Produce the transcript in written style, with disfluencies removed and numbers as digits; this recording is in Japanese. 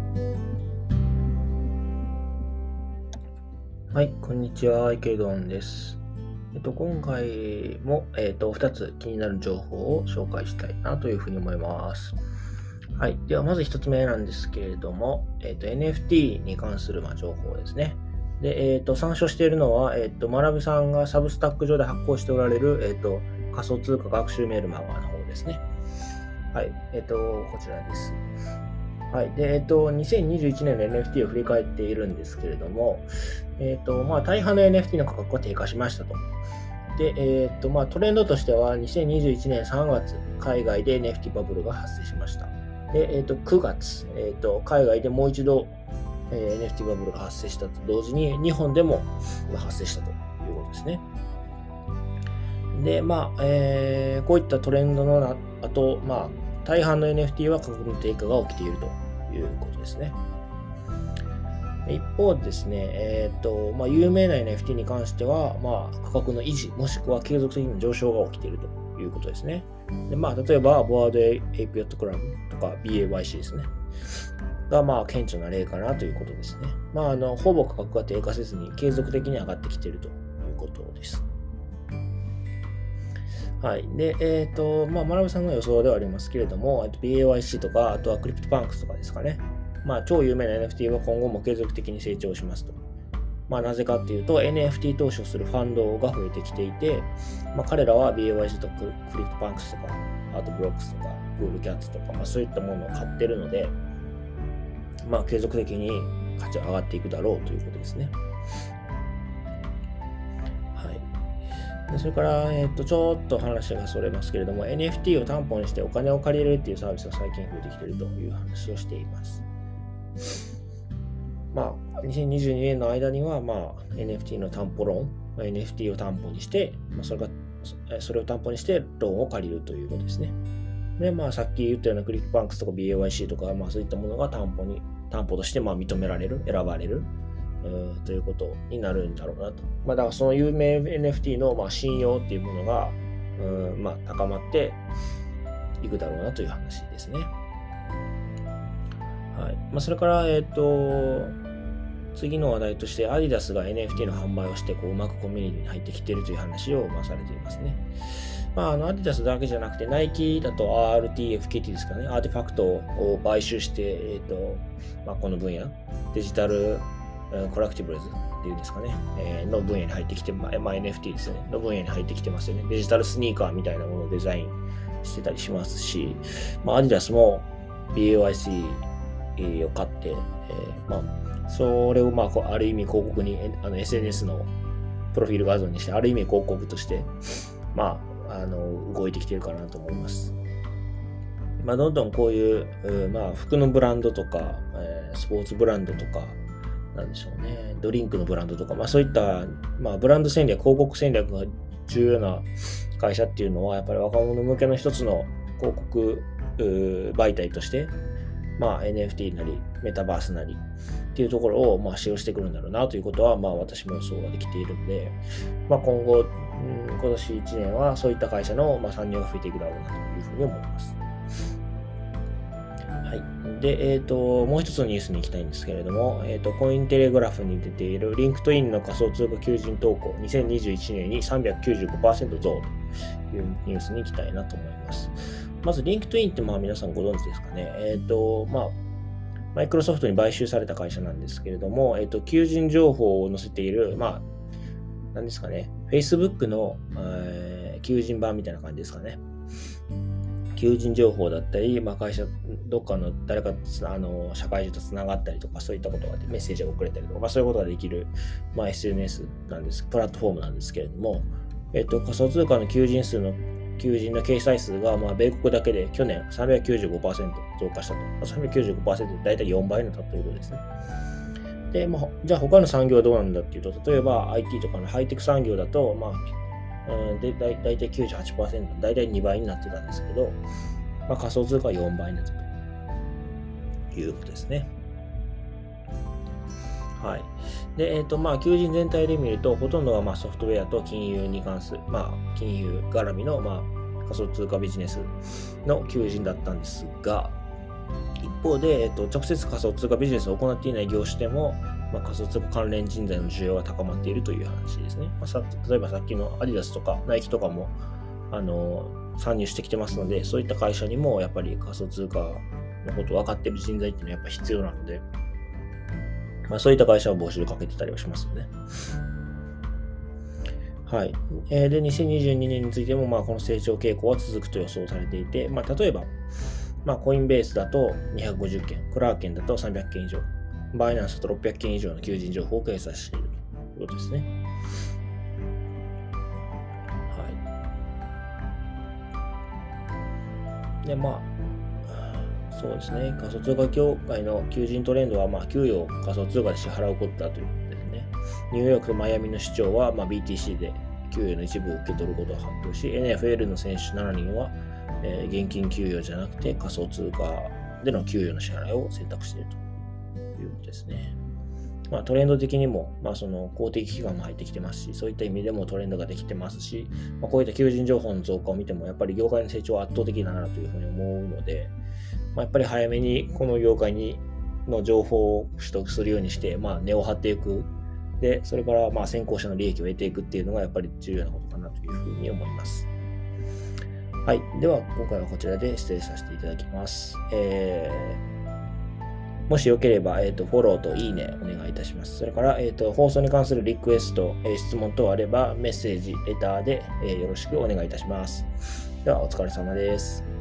はい、こんにちは、池ドンです。今回も、2つ気になる情報を紹介したいなというふうに思います。はい、ではまず1つ目なんですけれども、NFT に関する情報ですね。で、参照しているのは、学さんがサブスタック上で発行しておられる、仮想通貨学習メールマガの方ですね。はい、こちらです。はい。で、2021年の NFT を振り返っているんですけれども、大半の NFT の価格は低下しましたと。で、トレンドとしては、2021年3月、海外で NFT バブルが発生しました。で、9月、海外でもう一度、NFT バブルが発生したと同時に、日本でも発生したということですね。で、こういったトレンドの後、大半の NFT は価格の低下が起きているということですね。一方でですね、有名な NFT に関しては、価格の維持、もしくは継続的な上昇が起きているということですね。で例えば、ボワードエイピオットクラブとか BAYC ですね。が、顕著な例かなということですね。ほぼ価格が低下せずに、継続的に上がってきているということです。はい。で、学さんの予想ではありますけれども、BAYC とか、あとはクリプトパンクスとかですかね。超有名な NFT は今後も継続的に成長しますと。なぜかっていうと、NFT 投資をするファンドが増えてきていて、彼らは BAYC とかクリプトパンクスとか、あとブロックスとか、グールキャッツとか、そういったものを買ってるので、継続的に価値が上がっていくだろうということですね。それから、ちょっと話がそれますけれども、NFT を担保にしてお金を借りれるっていうサービスが最近増えてきているという話をしています。2022年の間には、NFT の担保ローン、NFT を担保にして、それを担保にしてローンを借りるということですね。で、さっき言ったようなクリックバンクスとか BAYC とか、そういったものが担保として認められる、選ばれる。ということになるんだろうなと。だからその有名 NFT の信用っていうものが高まっていくだろうなという話ですね。はい。それから、次の話題として、アディダスが NFT の販売をして、うまくコミュニティに入ってきているという話をされていますね。アディダスだけじゃなくて、ナイキだと RTFKT ですかね、アーティファクトを買収して、この分野、デジタルコレクティブルズっていうんですかね、の分野に入ってきて、NFT ですね、の分野に入ってきてますよね。デジタルスニーカーみたいなものをデザインしてたりしますし、アディダスも BAYC を買って、それをある意味広告に、SNS のプロフィール画像にして、ある意味広告として、動いてきてるかなと思います。どんどんこういう、服のブランドとか、スポーツブランドとか、なんでしょうね、ドリンクのブランドとか、そういった、ブランド戦略、広告戦略が重要な会社っていうのは、やっぱり若者向けの一つの広告媒体として、NFT なり、メタバースなりっていうところを、使用してくるんだろうなということは、私も予想ができているので、今後、今年1年はそういった会社の、参入が増えていくだろうなというふうに思います。はい。で、もう一つのニュースに行きたいんですけれども、コインテレグラフに出ているリンクトインの仮想通貨求人投稿、2021年に 395% 増というニュースに行きたいなと思います。まず、リンクトインって皆さんご存知ですかね。マイクロソフトに買収された会社なんですけれども、求人情報を載せている、何ですかね、Facebook の、求人版みたいな感じですかね。求人情報だったり、会社、どっかの誰か社会人とつながったりとか、そういったことがメッセージが送れたりとか、そういうことができる、SNS なんです、プラットフォームなんですけれども、仮想通貨の求人の掲載数が、米国だけで去年 395% 増加したと。395% で大体4倍になったということですね。で、じゃあ他の産業はどうなんだっていうと、例えば IT とかのハイテク産業だと、で大体 98%、大体2倍になってたんですけど、仮想通貨は4倍になったということですね。はい。で、求人全体で見ると、ほとんどがソフトウェアと金融に関する、金融絡みの仮想通貨ビジネスの求人だったんですが、 一方で、直接仮想通貨ビジネスを行っていない業種でも、仮想通貨関連人材の需要が高まっているという話ですね。例えばさっきのアディダスとかナイキとかも参入してきてますので、そういった会社にもやっぱり仮想通貨のことを分かっている人材っていうのはやっぱ必要なので、そういった会社は募集かけてたりはしますよね。はい。で、2022年についても、この成長傾向は続くと予想されていて、例えば、コインベースだと250件、クラーケンだと300件以上、バイナンスだと600件以上の求人情報を掲載しているということですね。はい。で、そうですね。仮想通貨業界の求人トレンドは、給与を仮想通貨で支払うことだということですね。ニューヨークとマイアミの市長は、BTC で給与の一部を受け取ることを発表し、NFL の選手7人は、現金給与じゃなくて仮想通貨での給与の支払いを選択しているということですね。トレンド的にも、その公的機関も入ってきてますし、そういった意味でもトレンドができてますし、こういった求人情報の増加を見ても、やっぱり業界の成長は圧倒的だなというふうに思うので、やっぱり早めにこの業界の情報を取得するようにして、根を張っていく。で、それから先行者の利益を得ていくっていうのがやっぱり重要なことかなというふうに思います。はい。では、今回はこちらで失礼させていただきます。もしよければ、フォローといいねお願いいたします。それから、放送に関するリクエスト、質問等あれば、メッセージ、レターで、よろしくお願いいたします。では、お疲れ様です。